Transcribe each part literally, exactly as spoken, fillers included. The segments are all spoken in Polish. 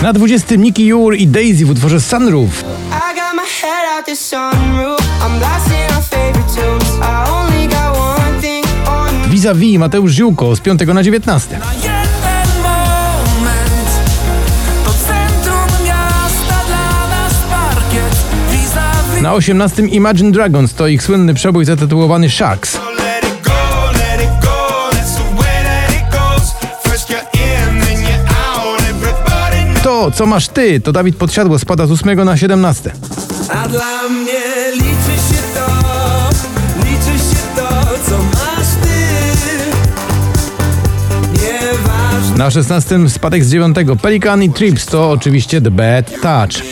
Na dwudziestym Nicky Jur i Daisy w utworze Sunroof. Vis-a-vis Mateusz Ziółko z piątego na dziewiętnaste. Na osiemnastym Imagine Dragons to ich słynny przebój zatytułowany Sharks. To, co masz ty, to Dawid Podsiadło spada z ósmego na siedemnaste. A dla mnie liczy się to, liczy się to, co masz ty. Nieważne. Na szesnastym spadek z dziewiątego Pelikan i Trips to oczywiście The Bad Touch.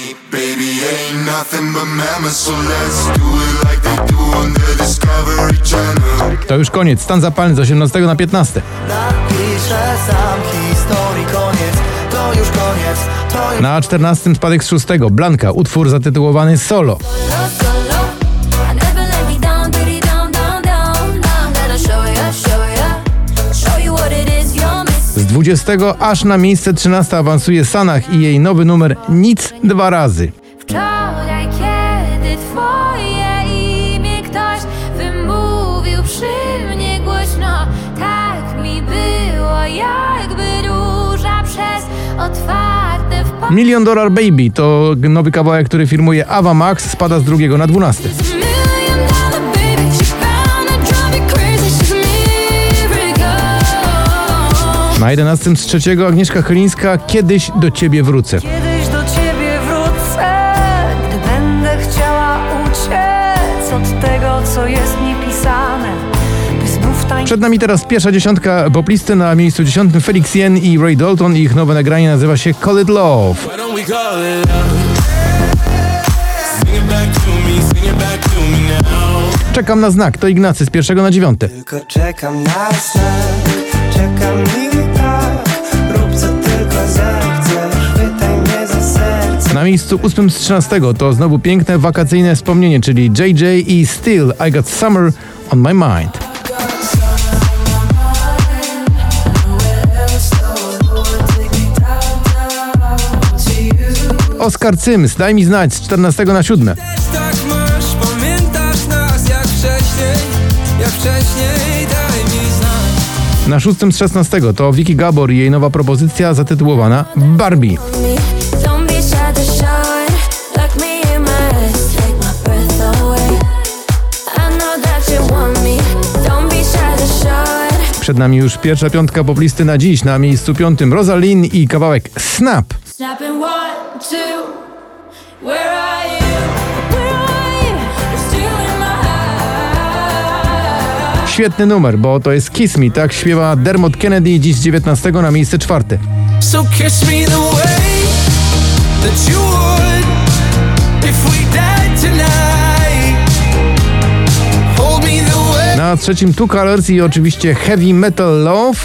To już koniec, stan zapalny z osiemnastego na piętnaste. Napiszę sam historii koniec, to już koniec, to już... Na czternastym spadek z szóstego Blanka, utwór zatytułowany Solo. Z dwudziestego aż na miejsce trzynaste awansuje Sanach i jej nowy numer Nic dwa razy. Wczoraj, kiedy twoje imię ktoś wymówił przy mnie głośno, tak mi było, jakby róża przez otwarte w po... Million Dollar Baby to nowy kawałek, który firmuje Ava Max, spada z drugiego na dwunasty. Na jedenastym z trzeciego Agnieszka Chylińska Kiedyś do ciebie wrócę. Kiedyś do ciebie wrócę, gdy będę chciała uciec od tego, co jest niepisane. By znów tań... Przed nami teraz pierwsza dziesiątka poplisty. Na miejscu dziesiątym Felix Jen i Ray Dalton. Ich nowe nagranie nazywa się Call It Love. Czekam na znak, to Ignacy z pierwszego na dziewiąte. Tylko czekam na znak, czekam i tak, rób co tylko zechcesz, chwytaj mnie za serce. Na miejscu ósmym z trzynastego to znowu piękne wakacyjne wspomnienie, czyli J J i Still I Got Summer on My Mind. Oskar Cyms, Daj mi znać z czternastego na siódme. Tak masz, pamiętasz nas jak wcześniej, jak wcześniej, daj mi znać. Na szóstym z szesnastego to Vicky Gabor i jej nowa propozycja zatytułowana Barbie. Przed nami już pierwsza piątka poplisty na dziś. Na miejscu piątym Rosalind i kawałek Snap. Świetny numer, bo to jest Kiss Me, tak śpiewa Dermot Kennedy, dziś z dziewiętnastego na miejsce czwarte. So kiss me the way that you would if we died tonight. Hold me the way. Na trzecim Two Colors i oczywiście Heavy Metal Love.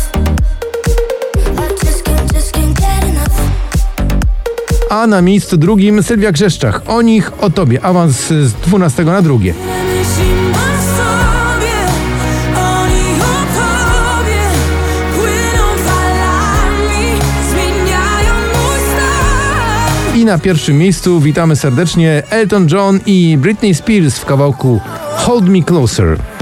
A na miejscu drugim Sylwia Grzeszczak. O nich, o tobie. Awans z dwunastego na drugie. I na pierwszym miejscu witamy serdecznie Elton John i Britney Spears w kawałku Hold Me Closer.